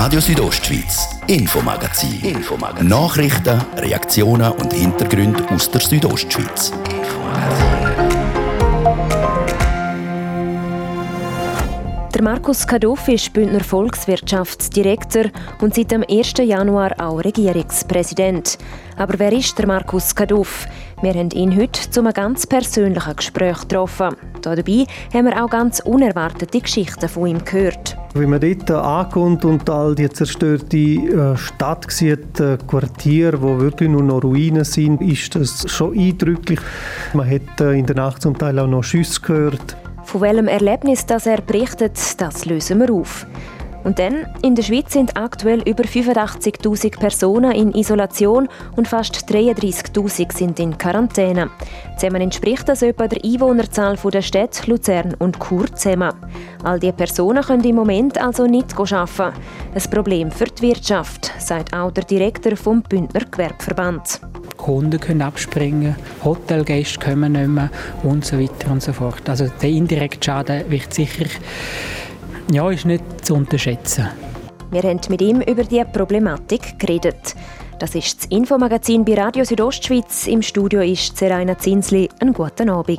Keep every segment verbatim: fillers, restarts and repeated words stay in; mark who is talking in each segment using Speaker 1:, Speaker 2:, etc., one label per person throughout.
Speaker 1: Radio Südostschweiz, Infomagazin. Infomagazin. Nachrichten, Reaktionen und Hintergründe aus der Südostschweiz.
Speaker 2: Der Markus Kaduff ist Bündner Volkswirtschaftsdirektor und seit dem ersten Januar auch Regierungspräsident. Aber wer ist der Markus Kaduff? Wir haben ihn heute zu einem ganz persönlichen Gespräch getroffen. Dabei haben wir auch ganz unerwartete Geschichten von ihm gehört.
Speaker 3: Wenn man dort ankommt und all die zerstörte Stadt sieht, Quartiere, wo wirklich nur noch Ruinen sind, ist das schon eindrücklich. Man hat in der Nacht zum Teil auch noch Schüsse gehört.
Speaker 2: Von welchem Erlebnis das er berichtet, das lösen wir auf. Und dann, in der Schweiz sind aktuell über fünfundachtzigtausend Personen in Isolation und fast dreiunddreissigtausend sind in Quarantäne. Zusammen entspricht das etwa der Einwohnerzahl der Städte Luzern und Chur zusammen. All diese Personen können im Moment also nicht arbeiten. Ein Problem für die Wirtschaft, sagt auch der Direktor vom Bündner Gewerbeverband.
Speaker 4: Kunden können abspringen, Hotelgäste kommen nicht mehr und so weiter und so fort. Also der indirekte Schaden wird sicher, ja, ist nicht zu unterschätzen.
Speaker 2: Wir haben mit ihm über diese Problematik geredet. Das ist das Infomagazin bei Radio Südostschweiz. Im Studio ist Seraina Zinsli. Einen guten Abend.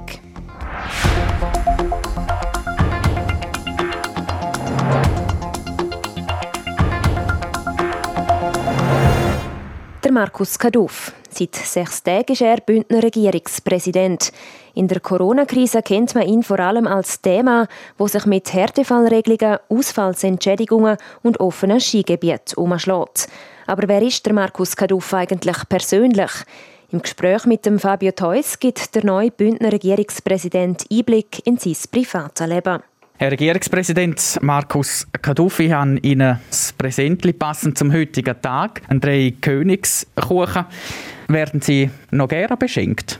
Speaker 2: Der Markus Kaduff. Seit sechs Tagen ist er Bündner Regierungspräsident. In der Corona-Krise kennt man ihn vor allem als Thema, wo sich mit Härtefallregelungen, Ausfallsentschädigungen und offenen Skigebieten umschlägt. Aber wer ist der Markus Kaduff eigentlich persönlich? Im Gespräch mit dem Fabio Theus gibt der neue Bündner Regierungspräsident Einblick in sein privates Leben.
Speaker 5: Herr Regierungspräsident Markus Kaduff, ich habe Ihnen das Präsentli passend zum heutigen Tag, einen drei Königskuchen. Werden Sie noch gerne beschenkt?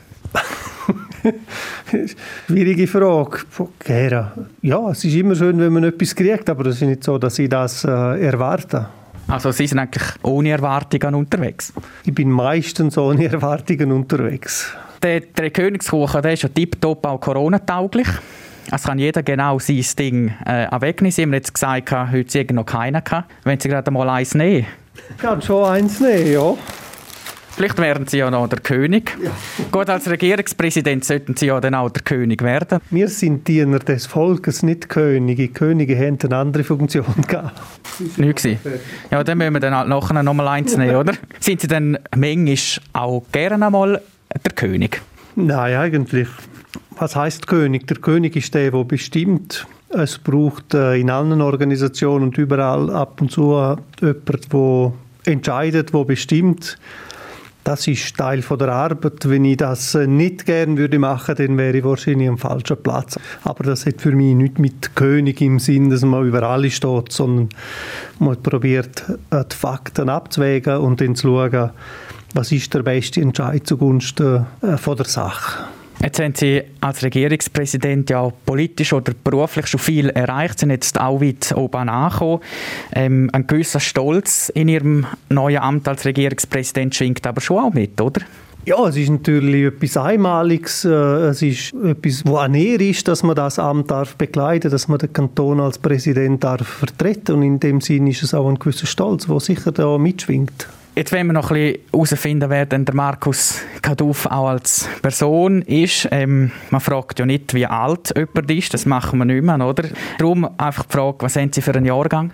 Speaker 3: Schwierige Frage. Gerne. Ja, es ist immer schön, wenn man etwas kriegt, aber es ist nicht so, dass ich das äh, erwarte.
Speaker 5: Also Sie sind eigentlich ohne Erwartungen unterwegs?
Speaker 3: Ich bin meistens ohne Erwartungen unterwegs.
Speaker 5: Der drei Königskuchen, der ist ja tipptopp auch Corona-tauglich. Es kann jeder genau sein Ding äh, wegnehmen. Sie haben jetzt gesagt, heute Sie noch keinen gehabt. Wenn Sie gerade mal eins nehmen?
Speaker 3: Ich kann schon eins nehmen, ja.
Speaker 5: Vielleicht werden Sie ja noch der König. Ja. Gut, als Regierungspräsident sollten Sie ja dann auch der König werden.
Speaker 3: Wir sind Diener des Volkes, nicht Könige. Könige haben eine andere Funktion gehabt.
Speaker 5: Nicht gewesen. Ja, dann müssen wir dann halt nachher noch mal eins nehmen, oder? Sind Sie dann manchmal auch gerne einmal der König?
Speaker 3: Nein, eigentlich. Was heisst König? Der König ist der, der bestimmt. Es braucht äh, in allen Organisationen und überall ab und zu äh, jemand, der entscheidet, der bestimmt. Das ist Teil von der Arbeit. Wenn ich das äh, nicht gerne würde machen, dann wäre ich wahrscheinlich am falschen Platz. Aber das hat für mich nichts mit König im Sinn, dass man über alles steht, sondern man probiert, äh, die Fakten abzuwägen und dann zu schauen, was ist der beste Entscheid zugunsten äh, von der Sache.
Speaker 5: Jetzt haben Sie als Regierungspräsident ja politisch oder beruflich schon viel erreicht, sind jetzt auch weit oben angekommen. Ähm, ein gewisser Stolz in Ihrem neuen Amt als Regierungspräsident schwingt aber schon auch mit, oder?
Speaker 3: Ja, es ist natürlich etwas Einmaliges. Es ist etwas, wo an Ehre ist, dass man das Amt darf bekleiden, dass man den Kanton als Präsident darf vertreten. Und in dem Sinn ist es auch ein gewisser Stolz, der sicher da mitschwingt.
Speaker 5: Jetzt wollen wir noch ein bisschen herausfinden, wer denn der Markus Kaduff auch als Person ist. Ähm, man fragt ja nicht, wie alt jemand ist, das machen wir nicht mehr, oder? Darum einfach die Frage, was haben Sie für einen Jahrgang?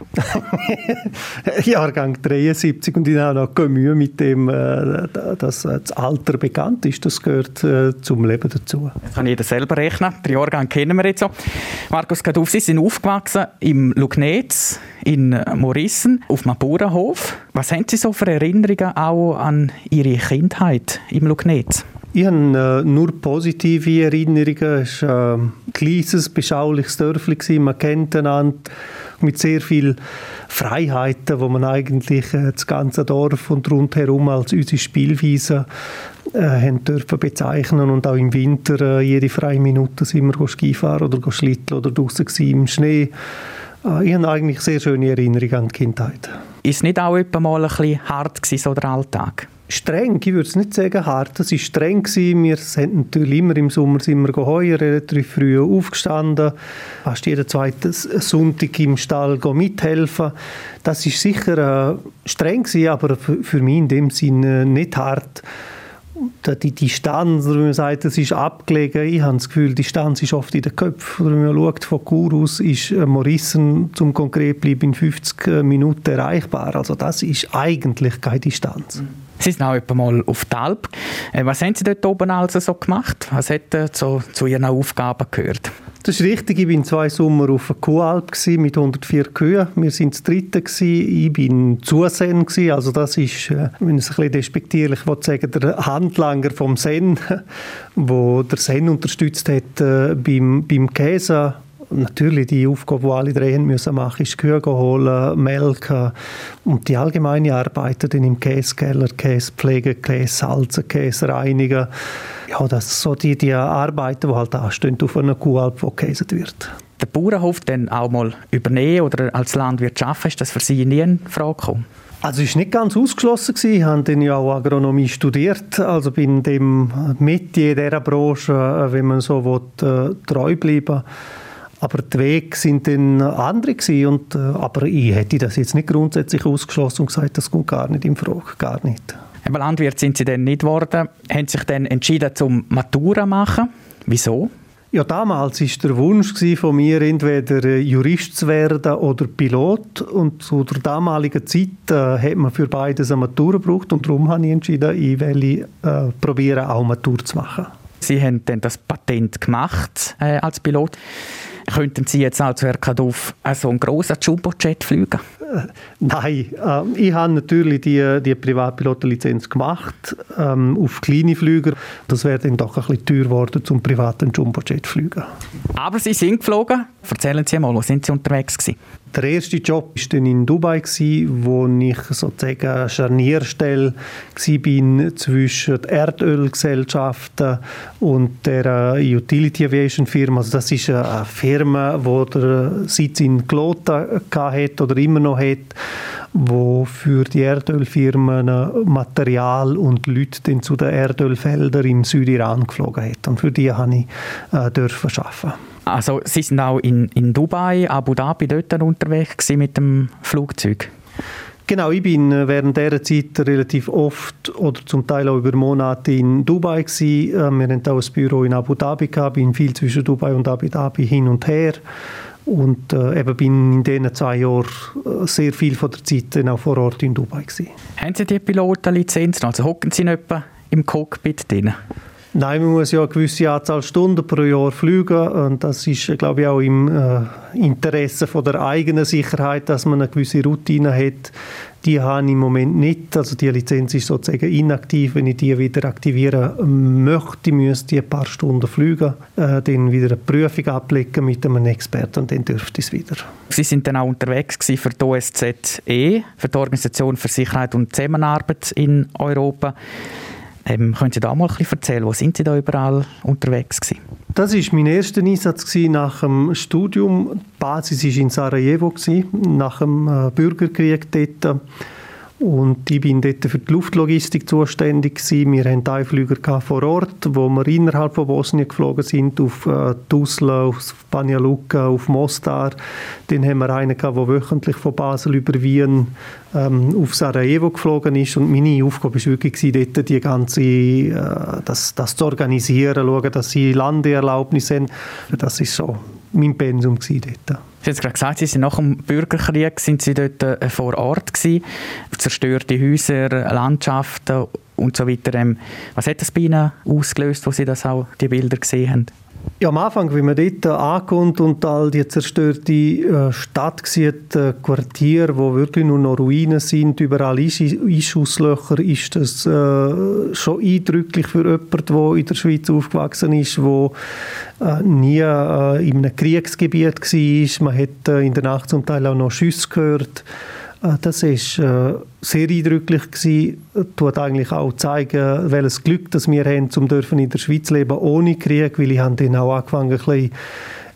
Speaker 3: Jahrgang dreiundsiebzig und ich habe noch Mühe mit dem, dass das Alter bekannt ist. Das gehört äh, zum Leben dazu.
Speaker 5: Das kann jeder selber rechnen. Den Jahrgang kennen wir jetzt so. Markus Kaduff, Sie sind aufgewachsen im Lugnetz in Morissen auf einem Bauernhof. Was haben Sie so für Erinnerungen auch an Ihre Kindheit im Lugnetz?
Speaker 3: Ich habe äh, nur positive Erinnerungen. Es war ein äh, kleines, beschauliches Dörfchen. Man kennt einander mit sehr vielen Freiheiten, wo man eigentlich äh, das ganze Dorf und rundherum als unsere Spielweise äh, haben dürfen bezeichnen. Und auch im Winter, äh, jede freie Minute sind wir Skifahren oder Schlitteln oder draussen im Schnee. Ich habe eigentlich sehr schöne Erinnerungen an die Kindheit.
Speaker 5: Ist es nicht auch mal ein bisschen hart gewesen, so der Alltag?
Speaker 3: Streng, ich würde es nicht sagen hart, es war streng gewesen. Wir sind natürlich immer im Sommer sind wir geheuer, relativ früh aufgestanden, fast jeden zweiten Sonntag im Stall mithelfen. Das ist sicher äh, streng gewesen, aber für, für mich in dem Sinne nicht hart. Die Distanz, wie man sagt, das ist abgelegen. Ich habe das Gefühl, die Distanz ist oft in den Köpfen. Wenn man schaut, von Chur aus ist Morissen zum konkret bleiben in fünfzig Minuten erreichbar. Also das ist eigentlich keine Distanz.
Speaker 5: Sie sind auch etwa mal auf die Alp. Was haben Sie dort oben also so gemacht? Was hat so zu Ihren Aufgaben gehört?
Speaker 3: Das ist richtig. Ich war zwei Sommer auf der Kuhalp mit hundertvier Kühen. Wir waren das dritte. Ich war zu Sen. Also das ist, wenn ich es ein bisschen despektierlich sagen will, der Handlanger vom Sen, der der Sen unterstützt hat äh, beim, beim Käse. Natürlich die Aufgabe, die alle drei müssen machen, ist Kühe holen, melken und die allgemeine Arbeit dann im Käsekeller, Käse pflegen, Käse salzen, Käse reinigen. Ja, das sind so die, die Arbeiten, die halt anstehen auf einer Kuhalp, wo gekäset wird.
Speaker 5: Den Bauernhof dann auch mal übernehmen oder als Landwirt arbeiten, ist das für Sie nie in Frage gekommen?
Speaker 3: Also es war nicht ganz ausgeschlossen. Ich habe dann ja auch Agronomie studiert, also bin in dem Metier dieser Branche, wenn man so will, treu bleiben. Aber die Wege sind dann andere gewesen und, aber ich hätte das jetzt nicht grundsätzlich ausgeschlossen und gesagt, das kommt gar nicht in Frage, gar nicht.
Speaker 5: Aber Landwirt sind Sie dann nicht geworden, haben sich dann entschieden zum Matura machen. Wieso?
Speaker 3: Ja, damals war der Wunsch von mir, entweder Jurist zu werden oder Pilot. Und zu der damaligen Zeit äh, hat man für beides eine Matura gebraucht und darum habe ich entschieden, ich will äh, probieren, auch Matura zu machen. Sie
Speaker 5: haben dann das Patent gemacht äh, als Pilot. Könnten Sie jetzt als Herr Kaduff so einen grossen Jumbojet fliegen?
Speaker 3: Äh, nein, äh, ich habe natürlich die, die Privatpilotenlizenz gemacht ähm, auf kleine Flüger. Das wäre dann doch ein bisschen teuer geworden, zum privaten Jumbojet zu fliegen. Aber Sie sind geflogen. Erzählen Sie mal, wo sind Sie unterwegs gewesen? Der erste Job war dann in Dubai, wo ich sozusagen Scharnierstelle war zwischen der Erdölgesellschaften und der Utility Aviation Firma. Also das ist eine Firma, die den Sitz in Glota hatte oder immer noch hat, wo für die Erdölfirmen Material und Leute dann zu den Erdölfeldern im Südiran geflogen hat. Und für die durfte ich äh, dürfen arbeiten.
Speaker 5: Also Sie sind auch in, in Dubai, Abu Dhabi, dort unterwegs mit dem Flugzeug?
Speaker 3: Genau, ich bin während dieser Zeit relativ oft oder zum Teil auch über Monate in Dubai gewesen. Wir hatten auch ein Büro in Abu Dhabi gehabt, bin viel zwischen Dubai und Abu Dhabi hin und her. Und äh, eben bin in diesen zwei Jahren sehr viel von der Zeit dann auch vor Ort in Dubai gewesen. Haben
Speaker 5: Sie die Pilotenlizenz? Also hocken Sie nicht etwa im Cockpit drin?
Speaker 3: Nein, man muss ja eine gewisse Anzahl Stunden pro Jahr fliegen und das ist, glaube ich, auch im äh, Interesse von der eigenen Sicherheit, dass man eine gewisse Routine hat. Die habe ich im Moment nicht, also die Lizenz ist sozusagen inaktiv. Wenn ich die wieder aktivieren möchte, müsste ich ein paar Stunden fliegen, äh, dann wieder eine Prüfung ablegen mit einem Experten und dann dürfte ich es wieder.
Speaker 5: Sie sind dann auch unterwegs für die O S Z E, für die Organisation für Sicherheit und Zusammenarbeit in Europa. Ähm, können Sie da mal ein bisschen erzählen, wo sind Sie da überall unterwegs gewesen?
Speaker 3: Das war mein erster Einsatz nach dem Studium. Die Basis war in Sarajevo, nach dem äh, Bürgerkrieg dort. Und ich bin dort für die Luftlogistik zuständig gewesen. Wir hatten einen Flüger vor Ort, wo wir innerhalb von Bosnien geflogen sind, auf äh, Tuzla, auf Banja Luka, auf Mostar. Dann haben wir einen gehabt, der wöchentlich von Basel über Wien ähm, auf Sarajevo geflogen ist. Und meine Aufgabe war wirklich, dort die ganze, äh, das, das zu organisieren, schauen, dass sie Landeerlaubnis haben. Das war so mein Pensum dort.
Speaker 5: Sie haben gerade gesagt, Sie sind nach dem Bürgerkrieg sind Sie dort äh, vor Ort gewesen, zerstörte Häuser, Landschaften und so weiter. Was hat das bei Ihnen ausgelöst, wo Sie das auch die Bilder gesehen haben?
Speaker 3: Ja, am Anfang, wenn man dort ankommt und all die zerstörte äh, Stadt sieht, äh, Quartiere, wo wirklich nur noch Ruinen sind, überall Einschusslöcher, ist das äh, schon eindrücklich für jemanden, der in der Schweiz aufgewachsen ist, der äh, nie äh, in einem Kriegsgebiet war. Man hat äh, in der Nacht zum Teil auch noch Schüsse gehört. Das war äh, sehr eindrücklich gewesen. Tut eigentlich auch zeigen, welches Glück das wir haben, um in der Schweiz leben ohne Krieg, weil ich habe dann auch angefangen, ein bisschen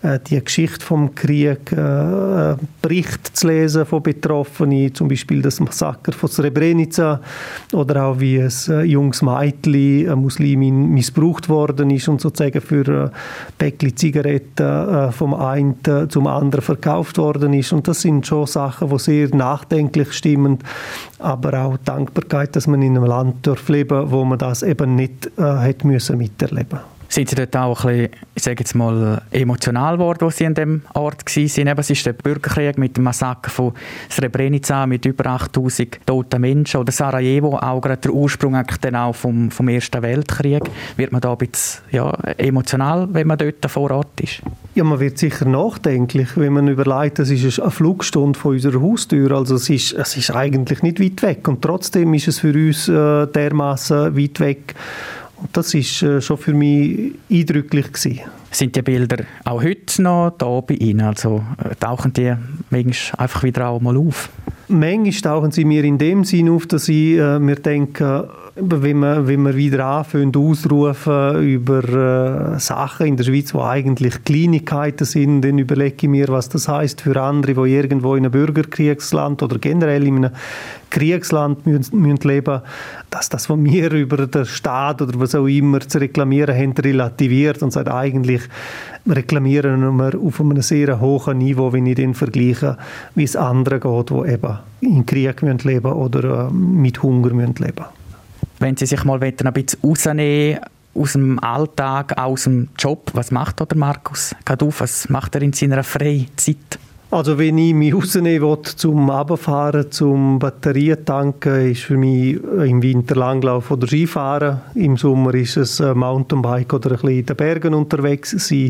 Speaker 3: äh, die Geschichte vom Krieg, äh, Berichte zu lesen von Betroffenen, zum Beispiel das Massaker von Srebrenica oder auch wie ein äh, junges Mädchen, eine Muslimin, missbraucht worden ist und sozusagen für äh, Päckchen Zigaretten äh, vom einen zum anderen verkauft worden ist. Und das sind schon Sachen, die sehr nachdenklich stimmen, aber auch Dankbarkeit, dass man in einem Land darf leben, wo man das eben nicht äh, hätte müssen miterleben.
Speaker 5: Sind Sie dort auch ein bisschen, ich sage jetzt mal, emotional geworden, als Sie an dem Ort waren? Eben, es ist der Bürgerkrieg mit dem Massaker von Srebrenica mit über achttausend toten Menschen oder Sarajevo, auch gerade der Ursprung eigentlich dann auch vom, vom Ersten Weltkrieg. Wird man da ein bisschen ja, emotional, wenn man dort vor Ort ist?
Speaker 3: Ja, man wird sicher nachdenklich, wenn man überlegt, es ist eine Flugstunde von unserer Haustür, also es ist, es ist eigentlich nicht weit weg und trotzdem ist es für uns äh, dermaßen weit weg. Und das war äh, schon für mich eindrücklich gewesen.
Speaker 5: Sind die Bilder auch heute noch da bei Ihnen? Also äh, tauchen die manchmal einfach wieder auch mal auf?
Speaker 3: Manchmal tauchen sie mir in dem Sinn auf, dass ich äh, mir denke, wenn wir, wenn wir wieder anfangen ausrufen über äh, Sachen in der Schweiz, die eigentlich Kleinigkeiten sind, dann überlege ich mir, was das heisst für andere, die irgendwo in einem Bürgerkriegsland oder generell in einem Kriegsland müssen, müssen leben, dass das von mir über den Staat oder was auch immer zu reklamieren haben, relativiert und sagt, eigentlich reklamieren wir auf einem sehr hohen Niveau, wenn ich den vergleiche, wie es anderen geht, die eben in Krieg leben müssen oder äh, mit Hunger leben müssen.
Speaker 5: Wenn Sie sich mal ein bisschen rausnehmen aus dem Alltag, aus dem Job, was macht der Markus Kaduff? Was macht er in seiner Freizeit?
Speaker 3: Also wenn ich mich rausnehmen will, zum Runterfahren, zum Batterien tanken, ist für mich im Winter Langlauf oder Skifahren. Im Sommer ist es Mountainbike oder ein bisschen in den Bergen unterwegs sein.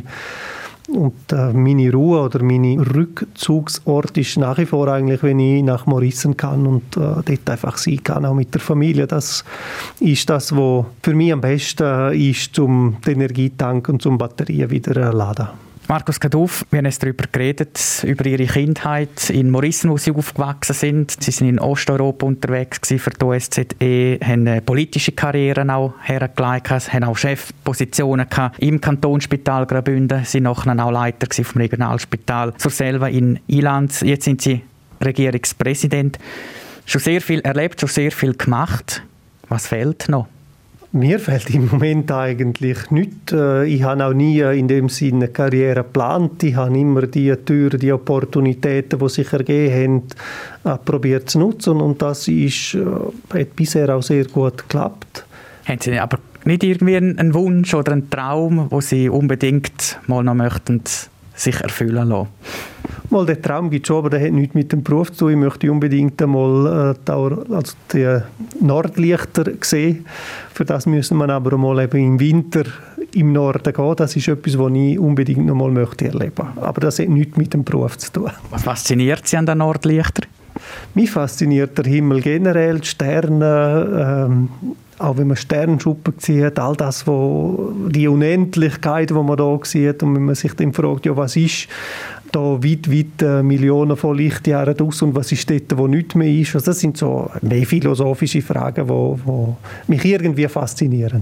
Speaker 3: Und äh, meine Ruhe oder mein Rückzugsort ist nach wie vor eigentlich, wenn ich nach Morissen kann und äh, dort einfach sein kann, auch mit der Familie. Das ist das, was für mich am besten ist, um die Energie tanken und zum Batterien wieder laden.
Speaker 5: Markus Kaduff, wir haben jetzt darüber geredet, über Ihre Kindheit in Morissen, wo Sie aufgewachsen sind. Sie sind in Osteuropa unterwegs für die O S Z E, haben eine politische Karriere auch hergelegt, haben auch Chefpositionen im Kantonsspital Graubünden, sind nachher auch Leiter vom Regionalspital zur Selva in Ilanz. Jetzt sind Sie Regierungspräsident. Schon sehr viel erlebt, schon sehr viel gemacht. Was fehlt noch?
Speaker 3: Mir fehlt im Moment eigentlich nichts. Ich habe auch nie in dem Sinne eine Karriere geplant. Ich habe immer die Türen, die Opportunitäten, die sich ergeben haben, probiert zu nutzen. Und das ist, hat bisher auch sehr gut geklappt.
Speaker 5: Haben Sie aber nicht irgendwie einen Wunsch oder einen Traum, den Sie unbedingt mal noch möchten sich erfüllen lassen?
Speaker 3: Mal, der Traum gibt es schon, aber der hat nichts mit dem Beruf zu tun. Ich möchte unbedingt einmal äh, also die Nordlichter sehen. Für das müssen wir aber mal eben im Winter im Norden gehen. Das ist etwas, was ich unbedingt noch mal möchte erleben. Aber das hat nichts mit dem Beruf zu tun.
Speaker 5: Was fasziniert Sie an den Nordlichtern?
Speaker 3: Mich fasziniert der Himmel generell, die Sterne, ähm, auch wenn man Sternenschuppen sieht, all das, wo, die Unendlichkeit, die man da sieht, und wenn man sich dann fragt, ja, was ist da weit, weit äh, Millionen von Lichtjahren draus und was ist dort, wo nichts mehr ist. Also das sind so mehr philosophische Fragen, die mich irgendwie faszinieren.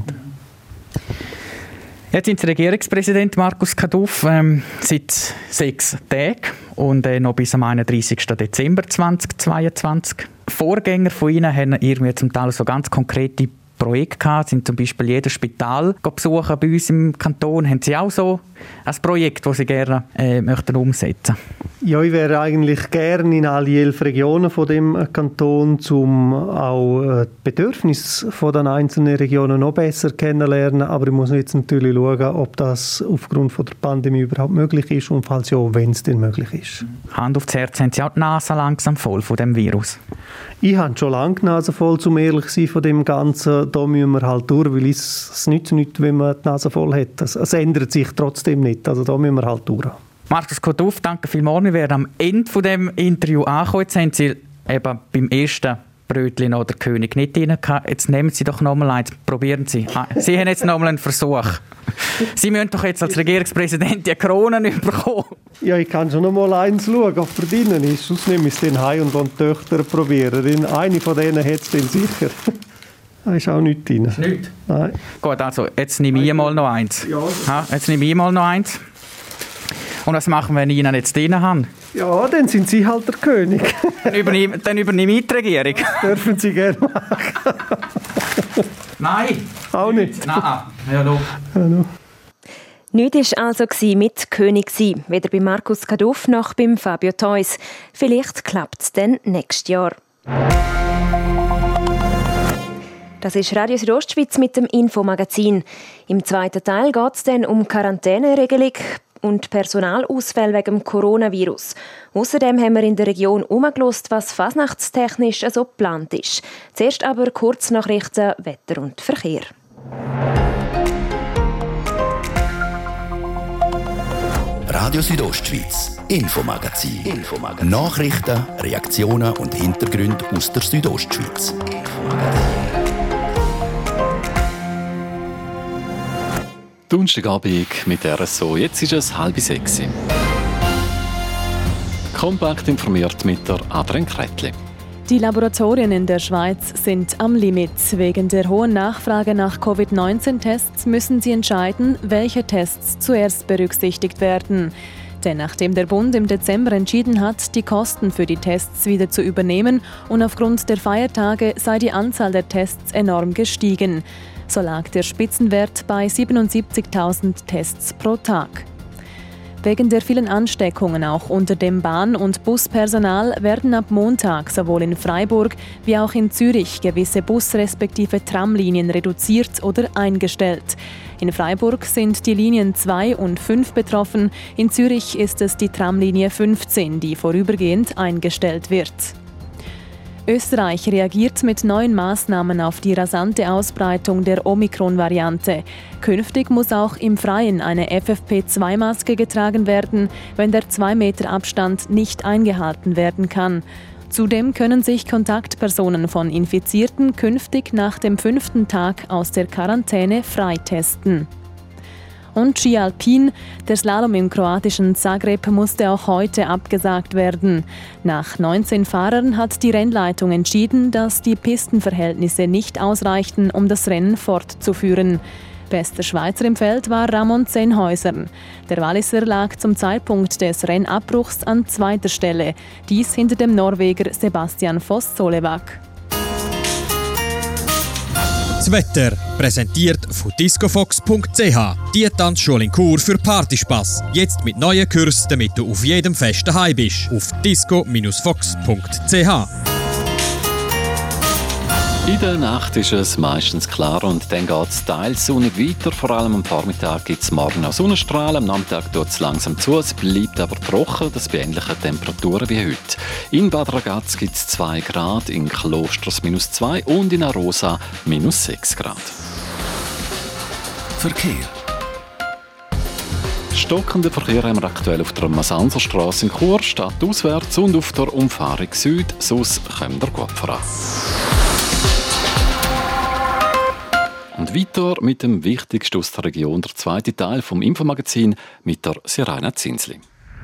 Speaker 5: Jetzt sind Sie Regierungspräsident Markus Kaduff ähm, seit sechs Tagen und äh, noch bis am einunddreißigsten Dezember zweitausendzweiundzwanzig. Vorgänger von Ihnen haben irgendwie zum Teil so ganz konkrete Projekte gehabt, sind zum Beispiel jedes Spital besuchen bei uns im Kanton. Haben Sie auch so ein Projekt, das Sie gerne äh, möchten umsetzen?
Speaker 3: Ja, ich wäre eigentlich gerne in alle elf Regionen von dem Kanton, um auch die Bedürfnisse der einzelnen Regionen noch besser kennenzulernen. Aber ich muss jetzt natürlich schauen, ob das aufgrund von der Pandemie überhaupt möglich ist und falls ja, wenn es denn möglich ist.
Speaker 5: Hand aufs Herz, haben Sie auch die Nase langsam voll von dem Virus?
Speaker 3: Ich habe schon lange die Nase voll, um ehrlich zu sein, von dem Ganzen. Da müssen wir halt durch, weil es, es nützt nichts, wenn man die Nase voll hat. Es, es ändert sich trotzdem nicht. Also da müssen wir halt durch.
Speaker 5: Markus Kaduff, danke vielmals. Wir werden am Ende von dem Interview ankommen. Jetzt haben Sie eben beim ersten Brötchen noch den König nicht rein gehabt. Jetzt nehmen Sie doch noch mal eins. Probieren Sie. Sie haben jetzt noch mal einen Versuch. Sie müssen doch jetzt als Regierungspräsident die Kronen bekommen.
Speaker 3: Ja, ich kann schon noch mal eins schauen, ob er drinnen ist. Sonst nehme ich es dann heim und dann die Töchter probieren. Denn eine von denen hat es dann sicher. Da ist auch nichts drin.
Speaker 5: Ist nichts?
Speaker 3: Nein.
Speaker 5: Gut, also jetzt nehme ich mal noch eins. Ja. Ha, jetzt nehme ich mal noch eins. Und was machen wir, wenn ich ihn jetzt drin habe?
Speaker 3: Ja, dann sind Sie halt der König.
Speaker 5: Dann übernehme, dann übernehme ich die Regierung.
Speaker 3: Dürfen Sie gerne machen.
Speaker 5: Nein.
Speaker 3: Auch nicht?
Speaker 5: Nein. Ja, no.
Speaker 3: Ja, no.
Speaker 2: Nichts war also mit König, weder bei Markus Kaduff noch beim Fabio Theus. Vielleicht klappt es dann nächstes Jahr. Das ist Radio Südostschweiz mit dem Infomagazin. Im zweiten Teil geht es dann um Quarantäneregelung und Personalausfälle wegen dem Coronavirus. Außerdem haben wir in der Region umgeschaut, was fasnachtstechnisch so geplant ist. Zuerst aber Kurznachrichten, Wetter und Verkehr.
Speaker 1: Radio Südostschweiz, Infomagazin. Infomagazin. Nachrichten, Reaktionen und Hintergründe aus der Südostschweiz.
Speaker 6: Donnerstagabend mit R S O. Jetzt ist es halb sechs. Kompakt informiert mit der Adrian Kretli.
Speaker 7: Die Laboratorien in der Schweiz sind am Limit. Wegen der hohen Nachfrage nach Covid neunzehn Tests müssen sie entscheiden, welche Tests zuerst berücksichtigt werden. Denn nachdem der Bund im Dezember entschieden hat, die Kosten für die Tests wieder zu übernehmen und aufgrund der Feiertage sei die Anzahl der Tests enorm gestiegen. So lag der Spitzenwert bei siebenundsiebzigtausend Tests pro Tag. Wegen der vielen Ansteckungen auch unter dem Bahn- und Buspersonal werden ab Montag sowohl in Freiburg wie auch in Zürich gewisse Bus- respektive Tramlinien reduziert oder eingestellt. In Freiburg sind die Linien zwei und fünf betroffen, in Zürich ist es die Tramlinie fünfzehn, die vorübergehend eingestellt wird. Österreich reagiert mit neuen Maßnahmen auf die rasante Ausbreitung der Omikron-Variante. Künftig muss auch im Freien eine F F P zwei Maske getragen werden, wenn der zwei Meter Abstand nicht eingehalten werden kann. Zudem können sich Kontaktpersonen von Infizierten künftig nach dem fünften Tag aus der Quarantäne freitesten. Und Ski Alpin, der Slalom im kroatischen Zagreb, musste auch heute abgesagt werden. Nach neunzehn Fahrern hat die Rennleitung entschieden, dass die Pistenverhältnisse nicht ausreichten, um das Rennen fortzuführen. Bester Schweizer im Feld war Ramon Zenhäuser. Der Walliser lag zum Zeitpunkt des Rennabbruchs an zweiter Stelle, dies hinter dem Norweger Sebastian Voss-Solewak.
Speaker 8: Das Wetter präsentiert von discofox punkt c h. Die Tanzschule in Chur für Partyspaß. Jetzt mit neuen Kursen, damit du auf jedem Fest daheim bist. Auf disco fox punkt c h.
Speaker 6: In der Nacht ist es meistens klar und dann geht es teils sonnig weiter. Vor allem am Vormittag gibt es morgen noch Sonnenstrahlen. Am Nachmittag tut es langsam zu, es bleibt aber trocken. Das bei ähnlichen Temperaturen wie heute. In Bad Ragaz gibt es zwei Grad, in Klosters minus zwei und in Arosa minus sechs Grad.
Speaker 1: Verkehr.
Speaker 6: Stockenden Verkehr haben wir aktuell auf der Masanserstrasse in Chur, stadtauswärts und auf der Umfahrung Süd. Sonst kommt ihr gut voran. Und weiter mit dem Wichtigsten aus der Region, der zweite Teil vom Infomagazin mit der Sirena Zinsli.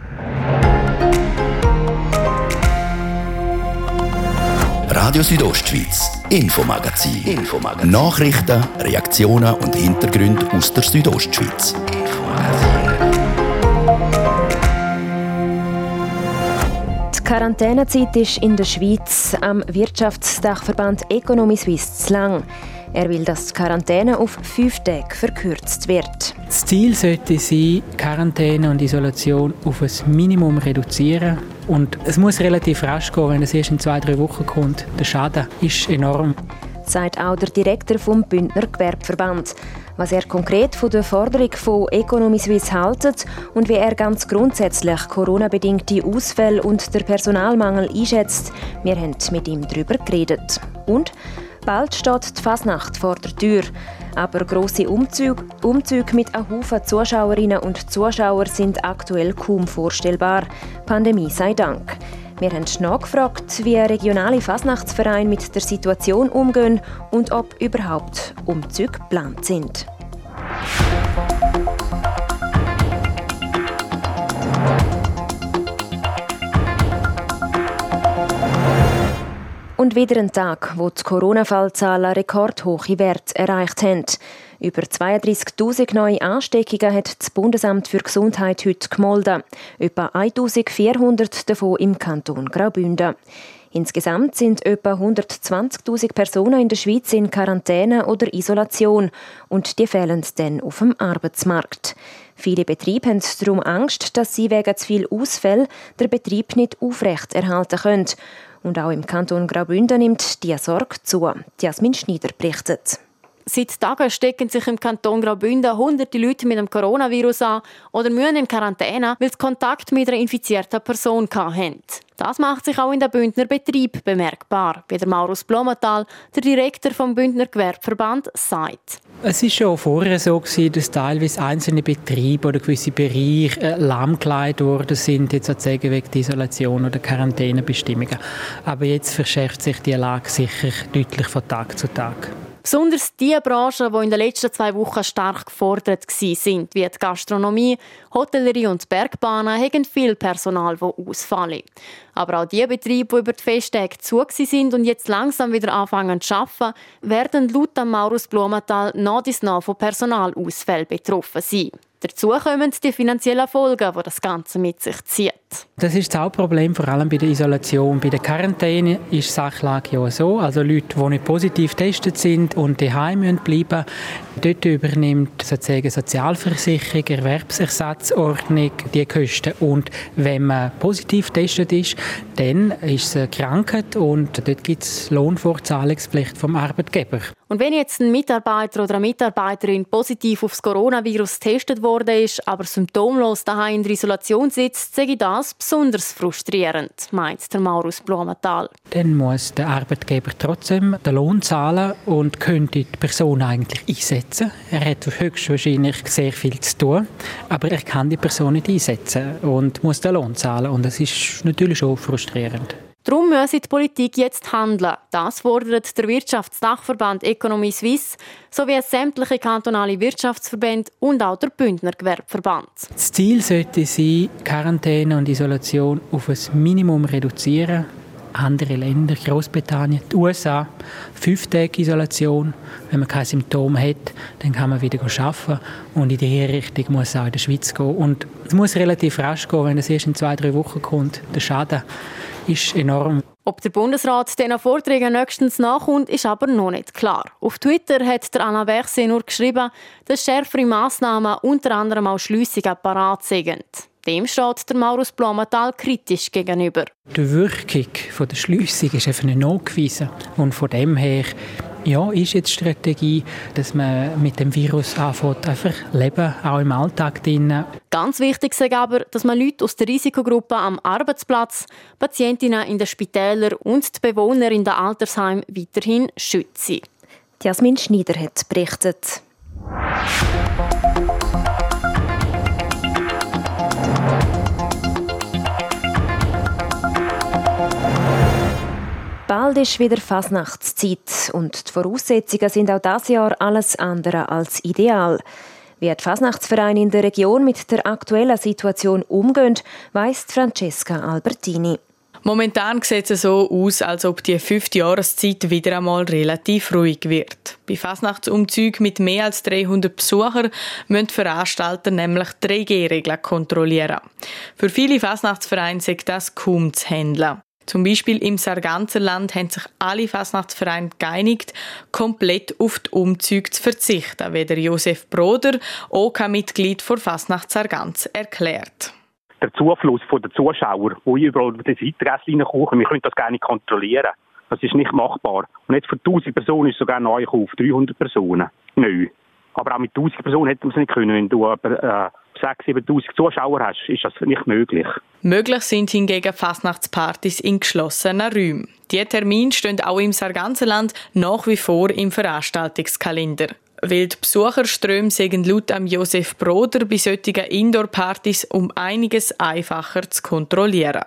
Speaker 1: Radio Südostschweiz, Infomagazin. Infomagazin. Nachrichten, Reaktionen und Hintergründe aus der Südostschweiz.
Speaker 2: Die Quarantänezeit ist in der Schweiz am Wirtschaftsdachverband Economy Suisse zu lang. Er will, dass die Quarantäne auf fünf Tage verkürzt wird.
Speaker 4: Das Ziel sollte sein, Quarantäne und Isolation auf ein Minimum reduzieren. Und es muss relativ rasch gehen, wenn es erst in zwei, drei Wochen kommt. Der Schaden ist enorm.
Speaker 2: Sagt auch der Direktor vom Bündner Gewerbeverband. Was er konkret von der Forderung von Economy Suisse hält und wie er ganz grundsätzlich Corona-bedingte Ausfälle und der Personalmangel einschätzt, wir haben mit ihm darüber geredet. Und bald steht die Fasnacht vor der Tür. Aber grosse Umzüge, Umzüge mit einem Haufen Zuschauerinnen und Zuschauer sind aktuell kaum vorstellbar. Pandemie sei Dank. Wir haben nachgefragt, wie regionale Fasnachtsvereine mit der Situation umgehen und ob überhaupt Umzüge geplant sind. Und wieder ein Tag, wo die Corona-Fallzahlen rekordhohe Werte erreicht haben. Über zweiunddreissigtausend neue Ansteckungen hat das Bundesamt für Gesundheit heute gemeldet. Etwa eintausendvierhundert davon im Kanton Graubünden. Insgesamt sind etwa hundertzwanzigtausend Personen in der Schweiz in Quarantäne oder Isolation und die fehlen dann auf dem Arbeitsmarkt. Viele Betriebe haben darum Angst, dass sie wegen zu viel Ausfälle den Betrieb nicht aufrechterhalten können. Und auch im Kanton Graubünden nimmt die Sorge zu. Jasmin Schneider berichtet.
Speaker 9: Seit Tagen stecken sich im Kanton Graubünden hunderte Leute mit dem Coronavirus an oder müssen in Quarantäne, weil sie Kontakt mit einer infizierten Person hatten. Das macht sich auch in den Bündner Betrieben bemerkbar, wie der Maurus Blumenthal, der Direktor vom Bündner Gewerbeverband, sagt.
Speaker 4: Es war schon vorher so, dass teilweise einzelne Betriebe oder gewisse Bereiche lahmgelegt worden sind, jetzt sozusagen wegen der Isolation oder Quarantänebestimmungen. Aber jetzt verschärft sich die Lage sicher deutlich von Tag zu Tag.
Speaker 9: Besonders die Branchen, die in den letzten zwei Wochen stark gefordert waren, wie die Gastronomie, Hotellerie und Bergbahnen, haben viel Personal, das ausfallen. Aber auch die Betriebe, die über die Festtage zu sind und jetzt langsam wieder anfangen zu arbeiten, werden laut Maurus Blumenthal nach dies nach von Personalausfällen betroffen sein. Dazu kommen die finanziellen Folgen, die das Ganze mit sich zieht.
Speaker 4: Das ist das Hauptproblem, vor allem bei der Isolation. Bei der Quarantäne ist die Sachlage ja so. Also Leute, die nicht positiv getestet sind und daheim bleiben müssen, dort übernimmt sozusagen Sozialversicherung, Erwerbsersatzordnung die Kosten. Und wenn man positiv getestet ist, dann ist es eine Krankheit und dort gibt es Lohnfortzahlungspflicht vom Arbeitgeber.
Speaker 9: Und wenn jetzt ein Mitarbeiter oder eine Mitarbeiterin positiv auf das Coronavirus getestet worden ist, aber symptomlos daheim in der Isolation sitzt, sage ich das besonders frustrierend, meint der Maurus Blumenthal.
Speaker 4: Dann muss der Arbeitgeber trotzdem den Lohn zahlen und könnte die Person eigentlich einsetzen. Er hat höchstwahrscheinlich sehr viel zu tun, aber er kann die Person nicht einsetzen und muss den Lohn zahlen. Und das ist natürlich schon frustrierend.
Speaker 9: Darum müsse die Politik jetzt handeln. Das fordert der Wirtschaftsdachverband Economy Suisse sowie sämtliche kantonale Wirtschaftsverbände und auch der Bündner Gewerbeverband.
Speaker 4: Das Ziel sollte sein, Quarantäne und Isolation auf ein Minimum reduzieren. Andere Länder, Großbritannien, die U S A, fünf Tage Isolation. Wenn man keine Symptome hat, dann kann man wieder arbeiten. Und in diese Richtung muss es auch in der Schweiz gehen. Und es muss relativ rasch gehen, wenn es erst in zwei, drei Wochen kommt. Der Schaden ist enorm.
Speaker 9: Ob der Bundesrat diesen Vorträgen nächstens nachkommt, ist aber noch nicht klar. Auf Twitter hat der Alain Berset nur geschrieben, dass schärfere Massnahmen unter anderem auch Schliessungen parat sind. Dem steht der Maurus Blumenthal kritisch gegenüber.
Speaker 4: Die Wirkung der Schliessung ist einfach nicht nachgewiesen. Und von dem her ja, ist jetzt die Strategie, dass man mit dem Virus anfängt, einfach leben, auch im Alltag drin.
Speaker 9: Ganz wichtig ist aber, dass man Leute aus der Risikogruppe am Arbeitsplatz, Patientinnen in den Spitälern und die Bewohner in den Altersheimen weiterhin schützt.
Speaker 2: Jasmin Schneider hat berichtet. Bald ist wieder Fasnachtszeit und die Voraussetzungen sind auch dieses Jahr alles andere als ideal. Wie die Fasnachtsvereine in der Region mit der aktuellen Situation umgehen, weiss Francesca Albertini.
Speaker 10: Momentan sieht es so aus, als ob die fünfte Jahreszeit wieder einmal relativ ruhig wird. Bei Fasnachtsumzügen mit mehr als dreihundert Besuchern müssen die Veranstalter nämlich die drei G Regeln kontrollieren. Für viele Fasnachtsvereine ist das kaum zu handeln. Zum Beispiel im Sarganserland haben sich alle Fasnachtsvereine geeinigt, komplett auf die Umzüge zu verzichten, wie der Josef Broder, O K-Mitglied der Fasnacht Sargans, erklärt.
Speaker 11: Der Zufluss der Zuschauer, die überall über die Seiträsse reinkommen, wir können das gar nicht kontrollieren. Das ist nicht machbar. Und jetzt für tausend Personen ist sogar neu auf dreihundert Personen neu. Aber auch mit tausend Personen hätte man es nicht können. Wenn du aber äh, sechstausend, siebentausend Zuschauer hast, ist das nicht möglich.
Speaker 10: Möglich sind hingegen Fasnachtspartys in geschlossenen Räumen. Diese Termine stehen auch im Sarganserland nach wie vor im Veranstaltungskalender. Weil die Besucherströme sind laut Josef Broder bei solchen Indoor-Partys um einiges einfacher zu kontrollieren.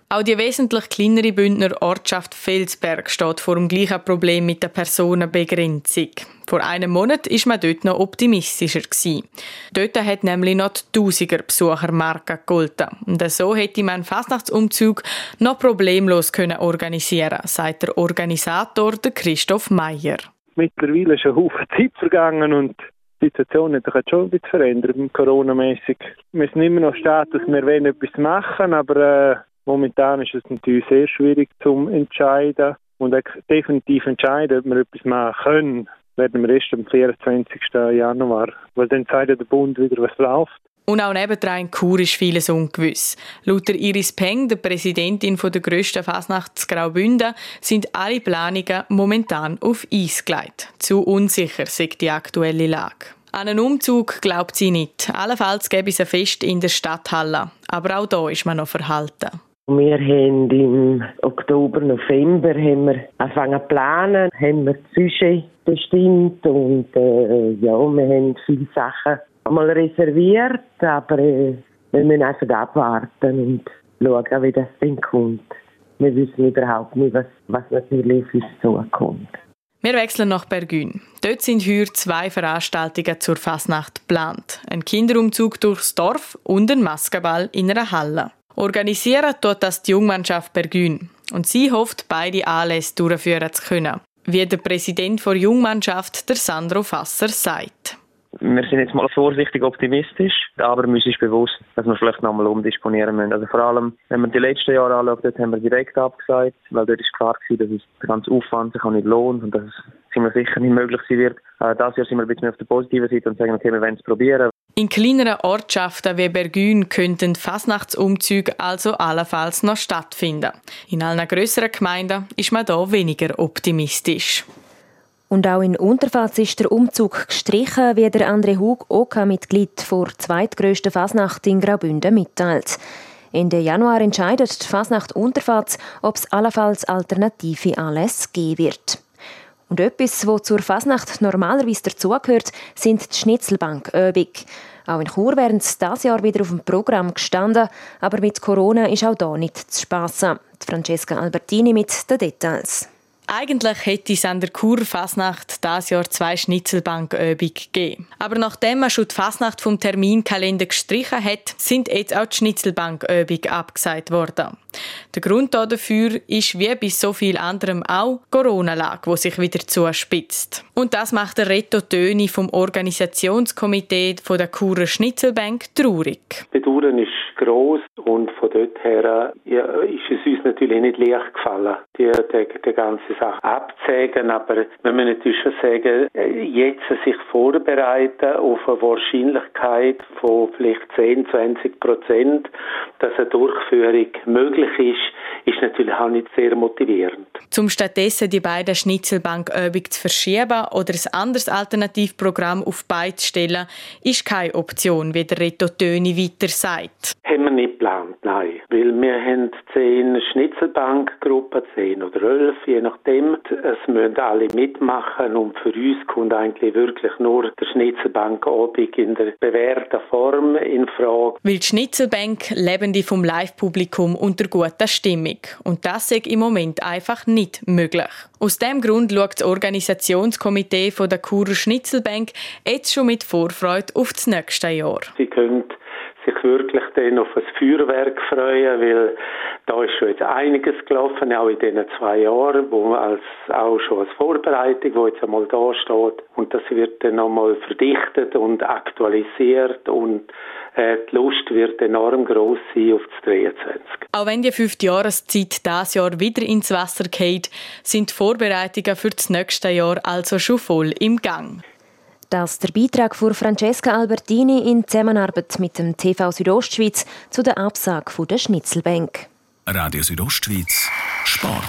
Speaker 10: Auch die wesentlich kleinere Bündner Ortschaft Felsberg steht vor dem gleichen Problem mit der Personenbegrenzung. Vor einem Monat war man dort noch optimistischer gewesen. Dort hat nämlich noch die Tausiger Besuchermarke gegolten. Und so hätte man einen Fasnachtsumzug noch problemlos können organisieren, sagt der Organisator Christoph Meyer.
Speaker 12: Mittlerweile ist ein Haufen Zeit vergangen und die Situation hat sich schon ein bisschen verändert, Corona-mässig. Wir sind immer noch stehen, dass wir wollen etwas machen, aber äh, momentan ist es natürlich sehr schwierig zu entscheiden. Und definitiv entscheiden, ob wir etwas machen können, werden wir erst am vierundzwanzigsten Januar. Weil dann zeigt der Bund wieder, was läuft.
Speaker 10: Und auch nebendran in Chur ist vieles ungewiss. Laut der Iris Peng, der Präsidentin der grössten Fasnachts Graubünden, sind alle Planungen momentan auf Eis gelegt. Zu unsicher sagt die aktuelle Lage. An einen Umzug glaubt sie nicht. Allenfalls gäbe es ein Fest in der Stadthalle. Aber auch da ist man noch verhalten.
Speaker 13: Wir haben im Oktober, November haben wir angefangen zu planen, haben wir die Sujet bestimmt und äh, ja, wir haben viele Sachen einmal reserviert, aber äh, wir müssen einfach abwarten und schauen, wie das dann kommt. Wir wissen überhaupt nicht, was, was natürlich auf uns zukommt.
Speaker 10: Wir wechseln nach Bergün. Dort sind heute zwei Veranstaltungen zur Fasnacht geplant. Ein Kinderumzug durchs Dorf und ein Maskenball in einer Halle. Organisieren tut das die Jungmannschaft Bergün. Und sie hofft, beide Anlässe durchführen zu können. Wie der Präsident der Jungmannschaft, der Sandro Fasser, sagt.
Speaker 14: Wir sind jetzt mal vorsichtig optimistisch, aber uns ist bewusst, dass wir vielleicht noch mal umdisponieren müssen. Also vor allem, wenn man die letzten Jahre anschaut, dort haben wir direkt abgesagt, weil dort ist klar gewesen, dass es der ganze Aufwand sich auch nicht lohnt und dass es ziemlich sicher nicht möglich sein wird. Äh, dieses Jahr sind wir ein bisschen auf der positiven Seite und sagen, okay, wir wollen es probieren.
Speaker 10: In kleineren Ortschaften wie Bergün könnten Fasnachtsumzüge also allenfalls noch stattfinden. In allen grösseren Gemeinden ist man da weniger optimistisch.
Speaker 2: Und auch in Unterfatz ist der Umzug gestrichen, wie der André Hug, O K-Mitglied der zweitgrössten Fasnacht in Graubünden, mitteilt. Ende Januar entscheidet die Fasnacht Unterfatz, ob es allenfalls alternative Anlässe geben wird. Und etwas, was zur Fasnacht normalerweise dazugehört, sind die Schnitzelbankübungen. Auch in Chur wären sie dieses Jahr wieder auf dem Programm gestanden, aber mit Corona ist auch da nicht zu spassen. Francesca Albertini mit den Details.
Speaker 10: Eigentlich hätte es an der Chur Fasnacht dieses Jahr zwei Schnitzelbankübungen gegeben. Aber nachdem man schon die Fasnacht vom Terminkalender gestrichen hat, sind jetzt auch die Schnitzelbankübungen abgesagt worden. Der Grund dafür ist, wie bei so viel anderem auch, die Corona-Lage, die sich wieder zuspitzt. Und das macht der Reto Töni vom Organisationskomitee der Churer Schnitzelbank traurig.
Speaker 15: Das Bedauern ist gross und von dort her ja, ist es uns natürlich nicht leicht gefallen, die, die, die ganze Sache abzusagen. Aber wir müssen natürlich schon sagen, jetzt sich vorbereiten auf eine Wahrscheinlichkeit von vielleicht zehn, zwanzig Prozent, dass eine Durchführung möglich ist, ist natürlich auch nicht sehr motivierend.
Speaker 10: Um stattdessen die beiden Schnitzelbankübungen zu verschieben oder ein anderes Alternativprogramm auf die Beine zu stellen, ist keine Option, wie der Reto Töni weiter sagt.
Speaker 15: Haben wir nicht geplant, nein. Weil wir haben zehn Schnitzelbankgruppen, zehn oder elf, je nachdem. Es müssen alle mitmachen und für uns kommt eigentlich wirklich nur der Schnitzelbankabend in der bewährten Form in Frage.
Speaker 10: Weil die Schnitzelbank lebende vom Live-Publikum unter guter Stimmung. Und das ist im Moment einfach nicht möglich. Aus diesem Grund schaut das Organisationskomitee der Churer Schnitzelbank jetzt schon mit Vorfreude auf das nächste Jahr.
Speaker 15: Sie können sich wirklich dann auf ein Feuerwerk freuen, weil da ist schon jetzt einiges gelaufen, auch in diesen zwei Jahren, wo als, auch schon als Vorbereitung, wo jetzt einmal da steht. Und das wird dann nochmal verdichtet und aktualisiert und äh, die Lust wird enorm gross sein auf das dreiundzwanzig.
Speaker 10: Auch wenn die fünfte Jahreszeit dieses Jahr wieder ins Wasser geht, sind die Vorbereitungen für das nächste Jahr also schon voll im Gang.
Speaker 2: Das ist der Beitrag von Francesca Albertini in Zusammenarbeit mit dem T V Südostschweiz zu der Absage der Schnitzelbank.
Speaker 1: Radio Südostschweiz Sport.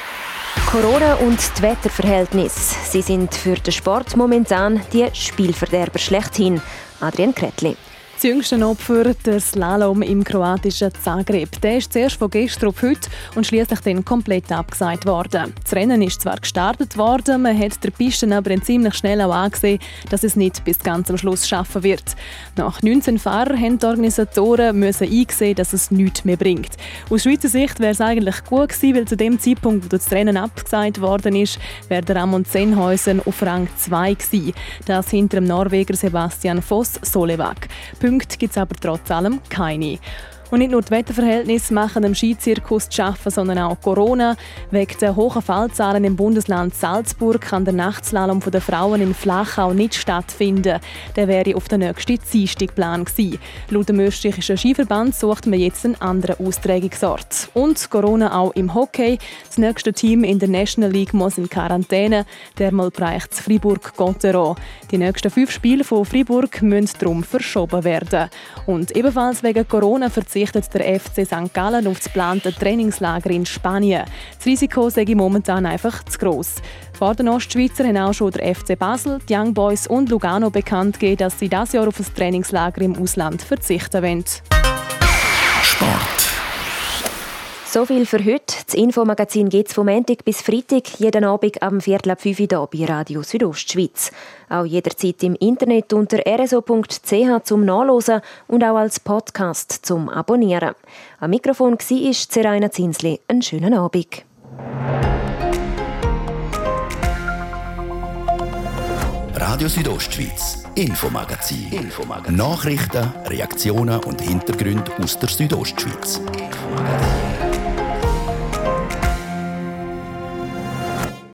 Speaker 2: Corona und die Wetterverhältnisse. Sie sind für den Sport momentan die Spielverderber schlechthin. Adrian Kretli.
Speaker 7: Das jüngste Opfer, der Slalom im kroatischen Zagreb. Der ist zuerst von gestern auf heute und schliesslich dann komplett abgesagt worden. Das Rennen ist zwar gestartet worden, man hat der Piste aber ziemlich schnell auch angesehen, dass es nicht bis ganz am Schluss schaffen wird. Nach neunzehn Fahrern haben die Organisatoren müssen einsehen, dass es nichts mehr bringt. Aus Schweizer Sicht wäre es eigentlich gut gewesen, weil zu dem Zeitpunkt, wo das Rennen abgesagt worden ist, wäre der Ramon Zenhäusen auf Rang zwei gewesen. Das hinter dem Norweger Sebastian Voss-Solewag. Punkte gibt es aber trotz allem keine. Und nicht nur die Wetterverhältnisse machen dem Skizirkus zu schaffen, sondern auch Corona. Wegen der hohen Fallzahlen im Bundesland Salzburg kann der Nachtslalom der Frauen in Flachau nicht stattfinden. Der wäre auf den nächsten Dienstag geplant gewesen. Laut dem österreichischen Skiverband sucht man jetzt einen anderen Austragungsort. Und Corona auch im Hockey. Das nächste Team in der National League muss in Quarantäne. Dermal bereicht Fribourg-Gotteron. Die nächsten fünf Spiele von Fribourg müssen darum verschoben werden. Und ebenfalls wegen Corona verzichtet der F C Sankt Gallen auf das geplante Trainingslager in Spanien. Das Risiko sei momentan einfach zu gross. Vor den Ostschweizer haben auch schon der F C Basel, die Young Boys und Lugano bekannt gegeben, dass sie dieses Jahr auf ein Trainingslager im Ausland verzichten wollen.
Speaker 1: Sport.
Speaker 2: So viel für heute. Das Infomagazin gibt es vom Montag bis Freitag, jeden Abend am Viertel ab fünf Uhr hier bei Radio Südostschweiz. Auch jederzeit im Internet unter r s o punkt c h zum Nachlesen und auch als Podcast zum Abonnieren. Am Mikrofon war Seraina Zinsli. Einen schönen Abend.
Speaker 1: Radio Südostschweiz, Infomagazin. Infomagazin. Nachrichten, Reaktionen und Hintergründe aus der Südostschweiz. Infomagazin.